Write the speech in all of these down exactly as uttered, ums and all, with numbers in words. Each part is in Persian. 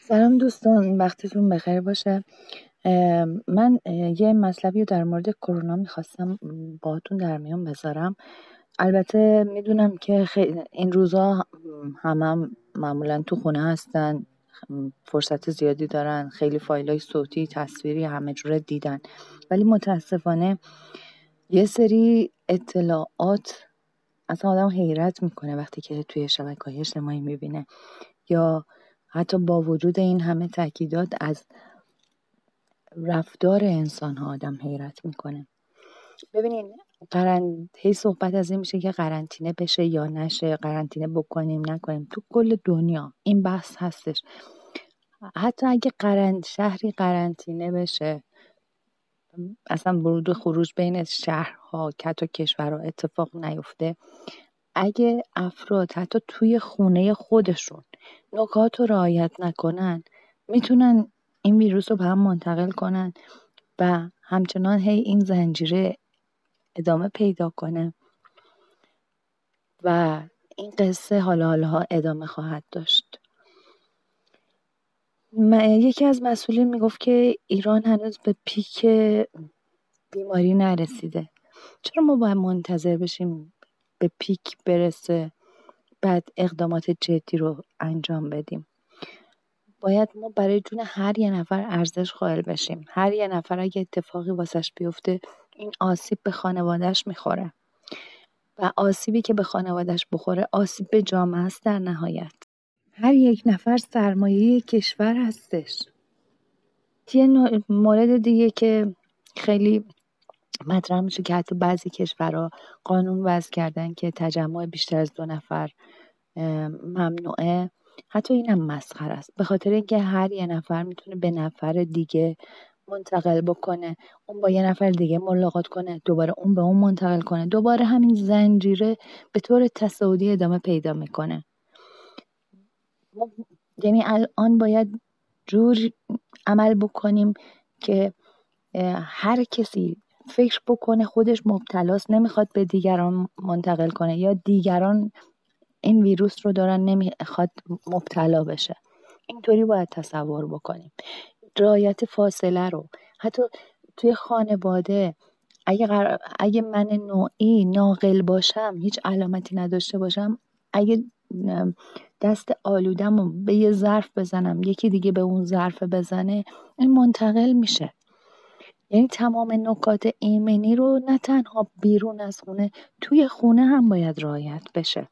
سلام دوستان، وقتتون بخیر باشه. من یه مطلبی رو در مورد کرونا میخواستم باهاتون در میان بذارم. البته میدونم که خیلی این روزا هم, هم معمولا تو خونه هستن، فرصت زیادی دارن، خیلی فایلای صوتی تصویری همه جوره دیدن، ولی متاسفانه یه سری اطلاعات اصلا آدم حیرت میکنه وقتی که توی شبکه‌های اجتماعی میبینه، یا حتی با وجود این همه تاکیدات از رفتار انسان ها آدم حیرت میکنه. ببینین، قرن... هی صحبت از این میشه که قرنطینه بشه یا نشه، قرنطینه بکنیم نکنیم. تو کل دنیا این بحث هستش. حتی اگه قرن... شهری قرنطینه بشه، اصلا ورود و خروج بین شهرها حتی کشورها اتفاق نیفته، اگه افراد حتی توی خونه خودشون نکات رو رعایت نکنن، میتونن این ویروس رو به هم منتقل کنن و همچنان هی این زنجیره ادامه پیدا کنه و این قصه حالا حالا ادامه خواهد داشت. یکی از مسئولین میگفت که ایران هنوز به پیک بیماری نرسیده. چرا ما باید منتظر بشیم به پیک برسه بعد اقدامات جدی رو انجام بدیم؟ باید ما برای جون هر یه نفر ارزش قائل بشیم. هر یه نفر اگه اتفاقی واسش بیفته، این آسیب به خانوادهش میخوره و آسیبی که به خانوادهش بخوره آسیب به جامعه است. در نهایت هر یک نفر سرمایه کشور هستش. یه مورد دیگه که خیلی مطرح میشه که حتی بعضی کشورها قانون وضع کردن که تجمع بیشتر از دو نفر ممنوعه. حتی اینم مسخره است، به خاطر اینکه هر یه نفر میتونه به نفر دیگه منتقل بکنه، اون با یه نفر دیگه ملاقات کنه، دوباره اون به اون منتقل کنه، دوباره همین زنجیره به طور تصاعدی ادامه پیدا میکنه. یعنی الان باید جور عمل بکنیم که هر کسی فکر بکنه خودش مبتلاست، نمیخواد به دیگران منتقل کنه، یا دیگران این ویروس رو دارن نمیخواد مبتلا بشه. اینطوری باید تصور بکنیم. رعایت فاصله رو حتی توی خانواده، اگه, قرار... اگه من نوعی ناقل باشم، هیچ علامتی نداشته باشم، اگه دست آلودم رو به یه ظرف بزنم، یکی دیگه به اون ظرف بزنه، این منتقل میشه. یعنی تمام نکات ایمنی رو نه تنها بیرون از خونه، توی خونه هم باید رعایت بشه.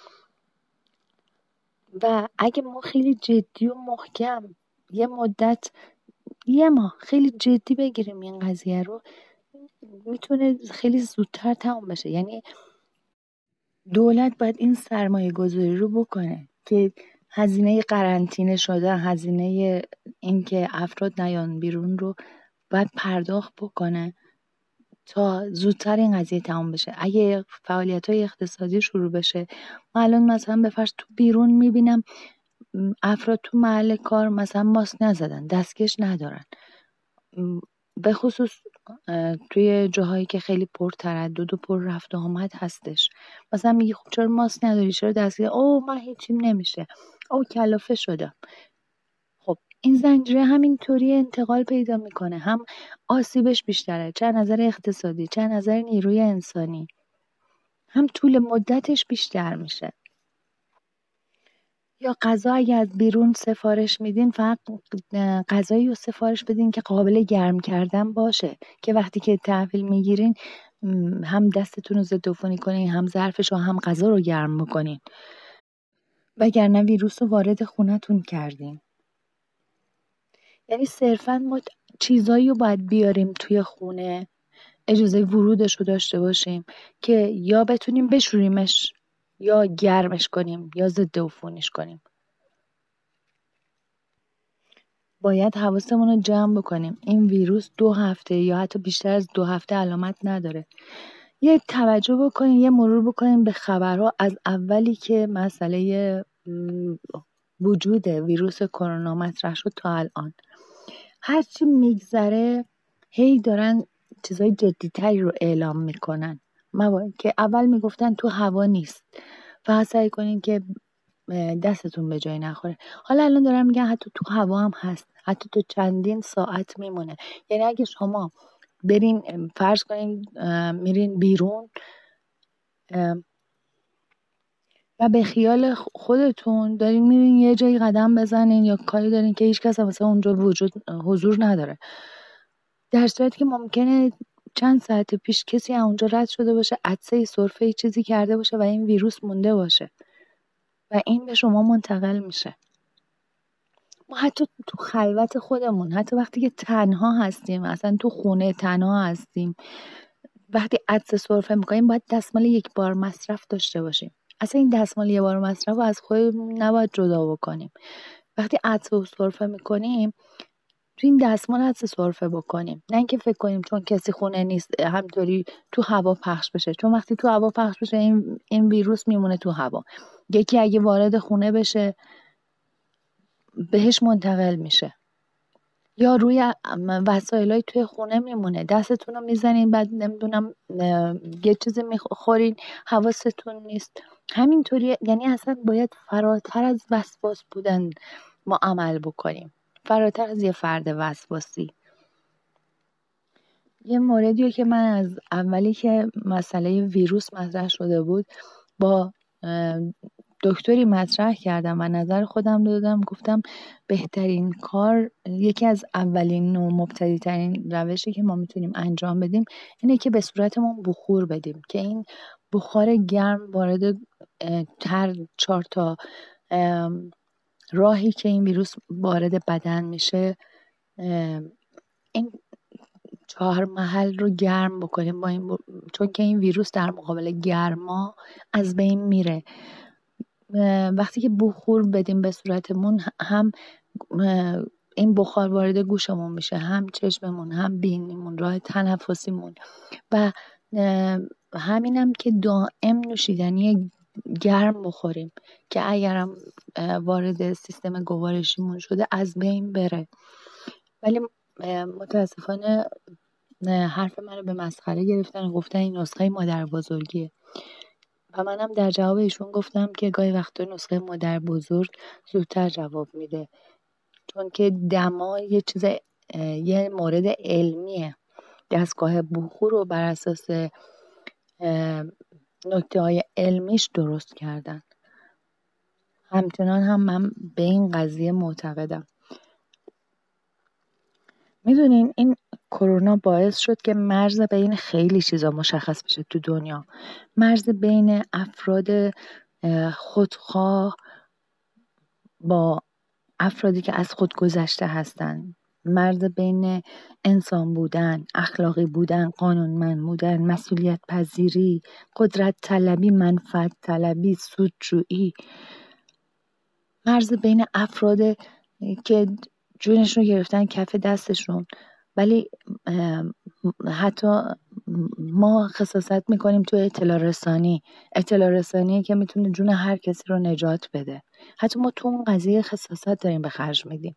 و اگه ما خیلی جدی و محکم یه مدت، یه ماه خیلی جدی بگیریم این قضیه رو، میتونه خیلی زودتر تموم بشه. یعنی دولت باید این سرمایه گذاری رو بکنه که هزینه قرنطینه شده، هزینه این که افراد نیان بیرون رو باید پرداخت بکنه تا زودتر این قضیه تمام بشه. اگه فعالیت های اقتصادی شروع بشه، من الان مثلا به فرض تو بیرون میبینم افراد تو محل کار مثلا ماسک نزدن، دستکش ندارن، به خصوص توی جاهایی که خیلی پر تردد و پر رفت و آمد هستش. مثلا میگی خب چرا ماسک نداری، چرا دستکش؟ اوه من هیچیم نمیشه، او کلافه شدم. خب این زنجیره همینطوری انتقال پیدا میکنه، هم آسیبش بیشتره، چه نظر اقتصادی چه نظر نیروی انسانی، هم طول مدتش بیشتر میشه. یا غذا اگه از بیرون سفارش میدین، فقط غذایی رو سفارش بدین که قابل گرم کردن باشه، که وقتی که تحویل میگیرین هم دستتون رو ضد عفونی کنین، هم ظرفش رو هم غذا رو گرم بکنین، وگرنه ویروس رو وارد خونتون کردین. یعنی صرفا ما چیزایی رو باید بیاریم توی خونه، اجازه ورودش رو داشته باشیم که یا بتونیم بشوریمش، یا گرمش کنیم، یا ضد عفونیش کنیم. باید حواسمون رو جمع بکنیم. این ویروس دو هفته یا حتی بیشتر از دو هفته علامت نداره. یه توجه بکنیم، یه مرور بکنیم به خبرها از اولی که مسئله وجود ویروس کرونا مطرح شد تا الان. هرچی میگذره هی دارن چیزای جدیتری رو اعلام میکنن. که اول میگفتن تو هوا نیست، فقط سعی کنین که دستتون به جایی نخوره. حالا الان دارم میگم حتی تو هوا هم هست، حتی تو چندین ساعت میمونه. یعنی اگه شما برین فرض کنین میرین بیرون و به خیال خودتون دارین میرین یه جایی قدم بزنین یا کاری دارین که هیچ کس مثلا اونجا وجود حضور نداره، در صورتی که ممکنه چند ساعت پیش کسی اونجا رد شده باشه، عطسه سرفه چیزی کرده باشه و این ویروس مونده باشه و این به شما منتقل میشه. ما حتی تو خلوت خودمون، حتی وقتی که تنها هستیم، اصلا تو خونه تنها هستیم، وقتی عطسه سرفه میکنیم باید دستمال یک بار مصرف داشته باشیم. اصلا این دستمال یک بار مصرف رو از خودمون نباید جدا بکنیم. وقتی عطسه و سرفه میکنیم تو این دستمال عطسه سرفه بکنیم، نه اینکه فکر کنیم چون کسی خونه نیست همطوری تو هوا پخش بشه، چون وقتی تو هوا پخش بشه این این ویروس میمونه تو هوا. یکی اگه وارد خونه بشه بهش منتقل میشه، یا روی وسایلای توی خونه میمونه، دستتون رو میزنین بعد نمیدونم یه چیزی میخورین حواستون نیست. همینطوری، یعنی اصلا باید فراتر از وسواس بودن ما عمل بکنیم، فراتر از یه فرد وسواسی. یه موردیه که من از اولی که مسئله ویروس مطرح شده بود با دکتری مطرح کردم و نظر خودم رو دادم، گفتم بهترین کار، یکی از اولین و مبتدی ترین روشی که ما میتونیم انجام بدیم اینه که به صورتمون بخور بدیم که این بخار گرم وارد هر چهار تا راهی که این ویروس وارد بدن میشه این چهار محل رو گرم بکنیم با این ب... چون که این ویروس در مقابل گرما از بین میره. وقتی که بخور بدیم به صورتمون هم این بخار وارد گوشمون میشه، هم چشممون، هم بینیمون، راه تنفسیمون، و همینم که دائم نوشیدنی گرم بخوریم که اگرم وارد سیستم گوارشیمون شده از بین بره. ولی متاسفانه حرف منو به مسخره گرفتن و گفتن این نسخه مادر بزرگیه و منم در جواب ایشون گفتم که گاهی وقتا نسخه مادر بزرگ زودتر جواب میده، چون که دما یه چیز یه مورد علمیه. دستگاه بخور رو بر اساس نکته های علمیش درست کردن. همچنان هم من به این قضیه معتقدم. میدونین این کرونا باعث شد که مرز بین خیلی چیزا مشخص بشه تو دنیا. مرز بین افراد خودخواه با افرادی که از خود گذشته هستن، مرز بین انسان بودن، اخلاقی بودن، قانونمند بودن، مسئولیت پذیری، قدرت طلبی، منفعت طلبی، سودجویی، مرز بین افراد که جونشون گرفتن کف دستشون ولی حتی ما خصاصت میکنیم تو اطلاع رسانی اطلاع رسانی که میتونه جون هر کسی رو نجات بده، حتی ما تو اون قضیه خصاصت داریم به خرج میدیم.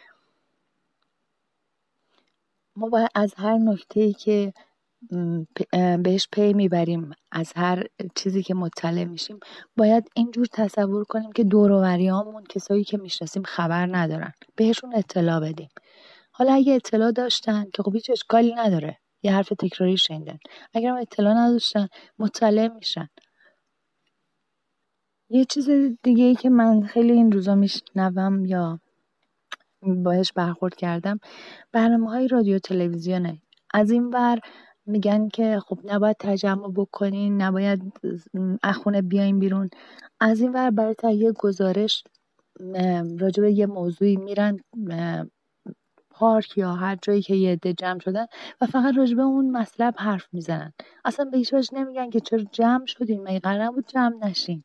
ما باید از هر نکته‌ای که بهش پی میبریم، از هر چیزی که مطلع میشیم، باید اینجور تصور کنیم که دور و بریامون کسایی که میشناسیم خبر ندارن، بهشون اطلاع بدیم. حالا اگه اطلاع داشتن که خب هیچ اشکالی نداره، یه حرف تکراری شنیدن، اگر هم اطلاع نداشتن مطلع میشن. یه چیز دیگه ای که من خیلی این روزا میشنوم یا باهاش برخورد کردم، برنامه‌های رادیو تلویزیونه. از این ور میگن که خب نباید تجمع بکنین، نباید از خونه بیاین بیرون. از این ور برای تهیه گزارش راجع به یه موضوعی میرن پارک یا هر جایی که یه عده جمع شدن و فقط راجع به اون مطلب حرف میزنن. اصلا به هیچ وجه نمیگن که چرا جمع شدین، مگه قرار نبود جمع نشین؟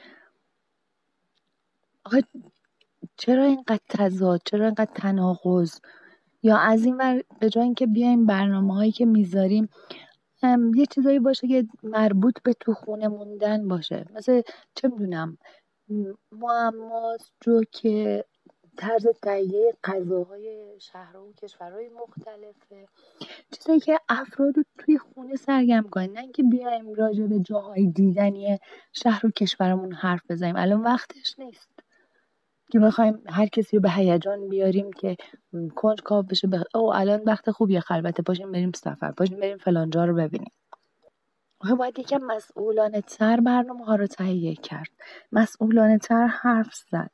آخه چرا اینقدر تضاد، چرا اینقدر تناقض؟ یا از این ور به جای اینکه بیایم برنامه‌هایی که میذاریم یه چیزایی باشه که مربوط به تو خونه موندن باشه، مثل چه میدونم معما، جوک، طرز تهیه غذاهای شهرها و کشورهای مختلفه، چیزایی که افراد رو توی خونه سرگرم کنه، نه اینکه بیایم راجع به جاهای دیدنی شهر و کشورمون حرف بزنیم. الان وقتش نیست که بخوایم هر کسی رو به هیجان بیاریم که کنجکاو بشه بخ... او الان وقت خوبیه خلوته، پاشیم بریم سفر، پاشیم بریم فلان جا رو ببینیم. آخه باید یکم مسئولانه تر برنامه ها رو تهیه کرد، مسئولانه تر حرف زد.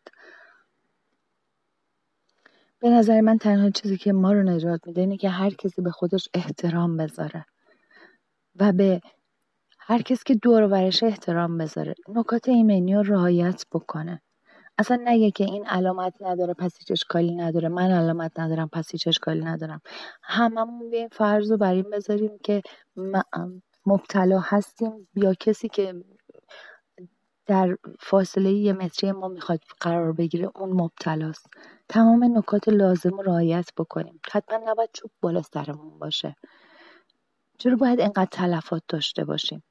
به نظر من تنها چیزی که ما رو نجات میده اینه که هر کسی به خودش احترام بذاره و به هر کسی که دور و برش احترام بذاره، نکات ایمنی رو رعایت بکنه. اصلا نگه که این علامت نداره پس هیچ اشکالی نداره، من علامت ندارم پس هیچ اشکالی ندارم. هممون به این فرض رو بر این بذاریم که مبتلا هستیم یا کسی که در فاصله یه متری ما میخواد قرار بگیره اون مبتلاست. تمام نکات لازم رو رعایت بکنیم. حتما نباید چوب بالا سرمون باشه. چرا باید اینقدر تلفات داشته باشیم؟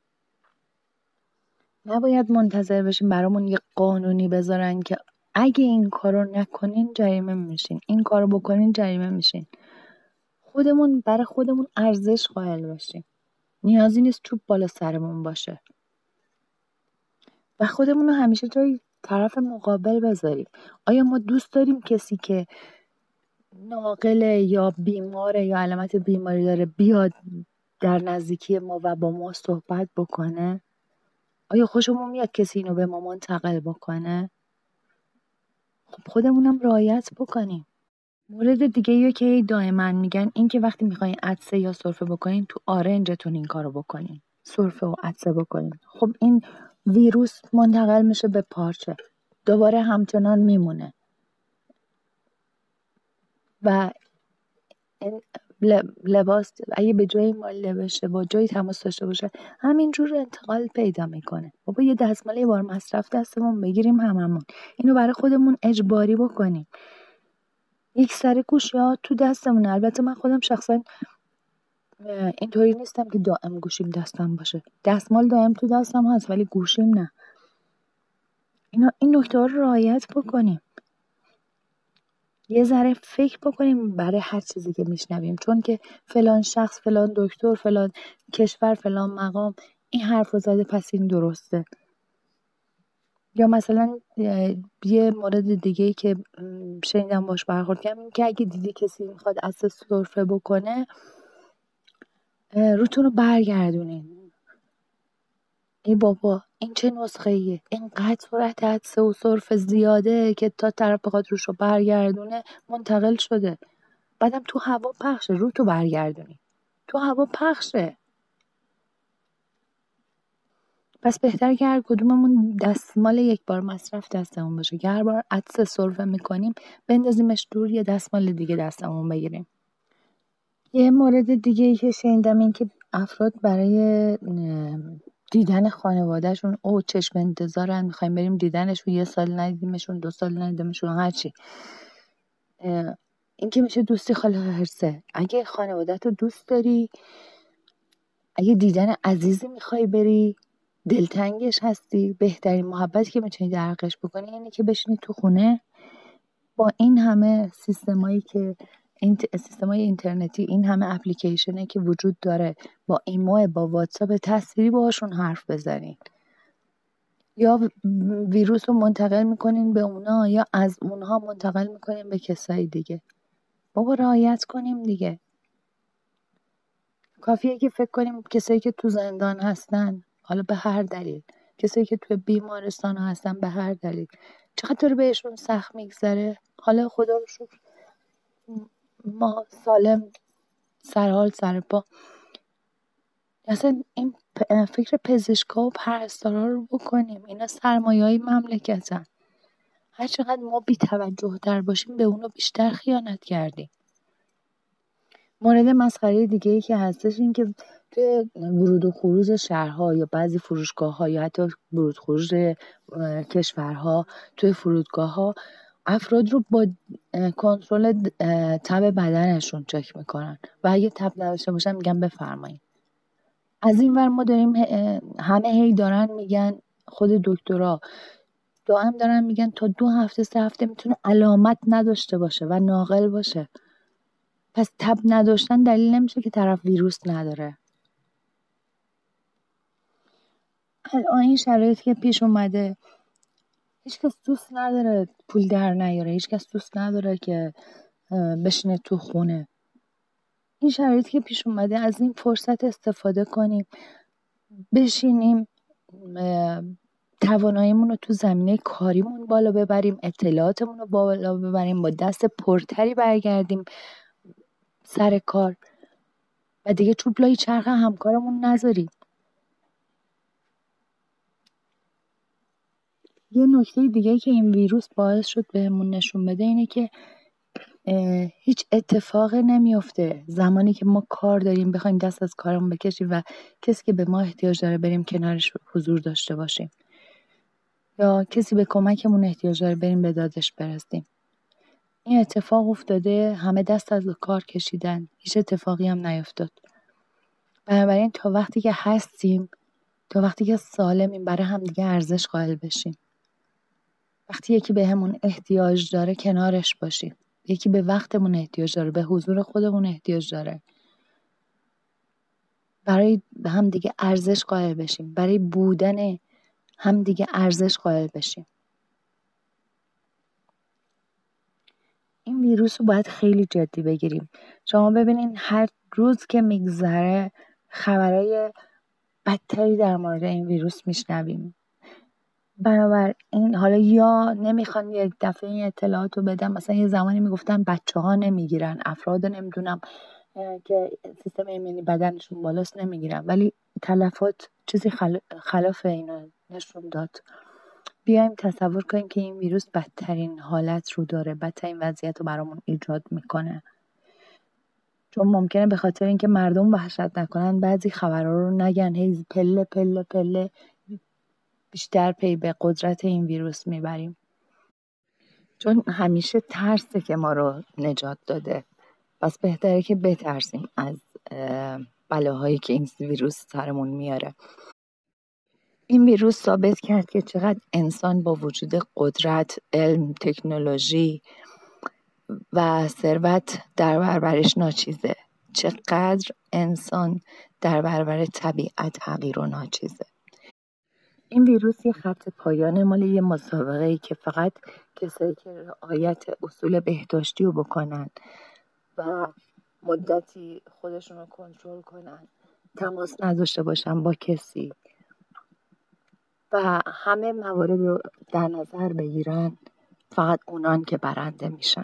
نباید منتظر بشیم برامون یه قانونی بذارن که اگه این کارو نکنین جریمه میشین، این کارو بکنین جریمه میشین. خودمون برای خودمون ارزش قائل باشیم. نیازی نیست چوب بالا سرمون باشه. و خودمون رو همیشه جای طرف مقابل بذاریم. آیا ما دوست داریم کسی که ناقله یا بیماره یا علامت بیماری داره بیاد در نزدیکی ما و با ما صحبت بکنه؟ آیا خوشمون میاد کسی اینو به ما منتقل بکنه؟ خب خودمونم رعایت بکنیم. مورد دیگه یه که دائما میگن این که وقتی میخواین عطسه یا سرفه بکنین تو آرنجتون این کارو بکنین، سرفه و عطسه بکنین. خب این ویروس منتقل میشه به پارچه، دوباره همچنان میمونه و این لباس اگه به جای ماله بشه با جای تماس داشته باشه همینجور انتقال پیدا میکنه. بابا یه دستمال یه بار مصرف دستمون بگیریم هممون، اینو برای خودمون اجباری بکنیم. یک سر گوشی ها تو دستمونه. البته من خودم شخصا اینطوری نیستم که دائم گوشیم دستم باشه، دستمال دائم تو دستم هست ولی گوشیم نه. اینا این نکته ها رو رعایت بکنیم. یه ذره فکر بکنیم برای هر چیزی که میشنویم، چون که فلان شخص، فلان دکتر، فلان کشور، فلان مقام این حرف رو زده پس این درسته. یا مثلا یه مورد دیگه که شنیدم باش برخورد کردم این که اگه دیدی کسی میخواد عطسه سرفه بکنه روتون رو برگردونین. ای بابا این چه نسخه ایه؟ اینقدر سرعت عطسه و سرفه زیاده که تا طرف بخواد روش رو برگردونه منتقل شده. بعدم تو هوا پخشه، رو تو برگردونی تو هوا پخشه. پس بهتر که هر کدوممون دستمال یک بار مصرف دستمون باشه که هر بار عطسه سرفه میکنیم بندازیمش دور، یه دستمال دیگه دستمون بگیریم. یه مورد دیگه ای که شنیدم این که افراد برای دیدن خانوادهشون او چشم انتظارن، میخوایم بریم دیدنشون، یه سال ندیدیمشون، دو سال ندیدیمشون، هرچی. این که میشه دوستی خالصه. اگه خانواده‌تو دوست داری، اگه دیدن عزیزی میخوای بری، دلتنگش هستی، بهترین محبتی که میتونی در حقش بکنی اینه که بشینی تو خونه با این همه سیستمایی که این سیستمای اینترنتی، این همه اپلیکیشنی که وجود داره، با ایمو، با واتساپ تصویری باهاشون حرف بزنین. یا ویروس رو منتقل میکنین به اونا یا از اونها منتقل میکنین به کسای دیگه. بابا رعایت کنیم دیگه. کافیه که فکر کنیم کسایی که تو زندان هستن، حالا به هر دلیل، کسایی که تو بیمارستان هستن به هر دلیل، چقدر بهشون سخت میگذره. حالا خدا رو شکر ما سالم سرحال سر پا. اصلا این فکر پزشکا و پرستارا رو بکنیم. اینا سرمایه‌های مملکتن. هر چقدر ما بی توجه تر باشیم به اونا بیشتر خیانت کردیم. مورد مسخره دیگه ای که هستش این که توی ورود و خروج شهرها یا بعضی فروشگاه‌ها یا حتی ورود خروج کشورها توی فرودگاه‌ها افراد رو با کنترل تب بدنشون چک میکنن و اگه تب نداشته باشن میگن بفرمایید. از این ور ما داریم همه هی دارن میگن، خود دکترها دائم دارن میگن تا دو هفته سه هفته میتونه علامت نداشته باشه و ناقل باشه. پس تب نداشتن دلیل نمیشه که طرف ویروس نداره. الان این شرایطی که پیش اومده، هیچکس دوست نداره پول در نیاره، هیچکس دوست نداره که بشینه تو خونه. این شرایطی که پیش اومده، از این فرصت استفاده کنیم، بشینیم تواناییمون رو تو زمینه کاریمون بالا ببریم، اطلاعاتمون رو بالا ببریم، با دست پرتری برگردیم سر کار و دیگه چوب لای چرخ همکارمون نذاریم. یه نکته دیگه که این ویروس باعث شد بهمون نشون بده اینه که هیچ اتفاق نمیفته زمانی که ما کار داریم بخوایم دست از کارمون بکشیم و کسی که به ما احتیاج داره بریم کنارش حضور داشته باشیم، یا کسی به کمکمون احتیاج داره بریم به دادش برسیم. این اتفاق افتاده، همه دست از کار کشیدن، هیچ اتفاقی هم نیفتاد. بنابراین تا وقتی که هستیم، تا وقتی که سالمیم، برای هم دیگه ارزش قائل بشیم. وقتی یکی به همون احتیاج داره کنارش باشیم. یکی به وقتمون احتیاج داره، به حضور خودمون احتیاج داره، برای هم دیگه ارزش قائل بشیم، برای بودن هم دیگه ارزش قائل بشیم. این ویروس رو باید خیلی جدی بگیریم. شما ببینین هر روز که میگذره خبرای بدتری در مورد این ویروس میشنویم. بنابراین حالا یا نمیخوان یک دفعه این اطلاعات رو بدن، مثلا یه زمانی میگفتن بچه ها نمیگیرن، افراد نمیدونم که سیستم ایمنی بدنشون بالاست نمیگیرن، ولی تلفات چیزی خل... خلاف اینا نشون داد. بیایم تصور کنیم که این ویروس بدترین حالت رو داره، بدترین وضعیت رو برامون ایجاد میکنه. چون ممکنه به خاطر اینکه مردم وحشت نکنن بعضی خبرها رو نگن، هی پله پله پله بیشتر پی به قدرت این ویروس میبریم. چون همیشه ترسه که ما رو نجات داده، پس بهتره که بترسیم از بلاهایی که این ویروس سرمون میاره. این ویروس ثابت کرد که چقدر انسان با وجود قدرت، علم، تکنولوژی و ثروت در برابرش ناچیزه. چقدر انسان در برابر طبیعت حقیر و ناچیزه. این ویروس یه خط پایان مال یه مسابقه‌ای که فقط کسایی که رعایت اصول بهداشتی رو بکنن و مدتی خودشون رو کنترل کنن، تماس نداشته باشن با کسی و همه موارد رو در نظر بگیرن، فقط اونان که برنده میشن.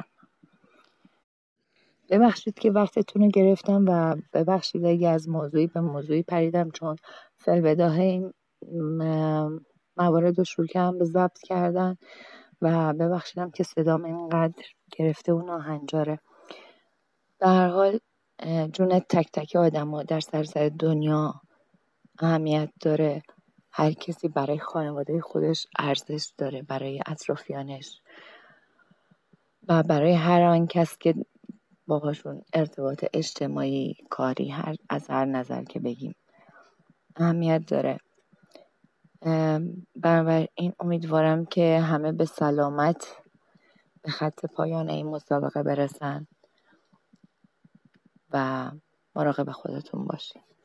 ببخشید که وقتتون رو گرفتم و ببخشید اگه از موضوعی به موضوعی پریدم، چون فی‌البداهه این موارد رو شروع کردم به ضبط کردن و ببخشیدم که صدام اینقدر گرفته و ناهنجاره. در هر حال جون تک تک آدم ها در سراسر دنیا اهمیت داره. هر کسی برای خانواده خودش ارزش داره، برای اطرافیانش و برای هر آن کس که باهاشون ارتباط اجتماعی، کاری، هر از هر نظر که بگیم اهمیت داره. بنابراین امیدوارم که همه به سلامت به خط پایان این مسابقه برسن و مراقب خودتون باشین.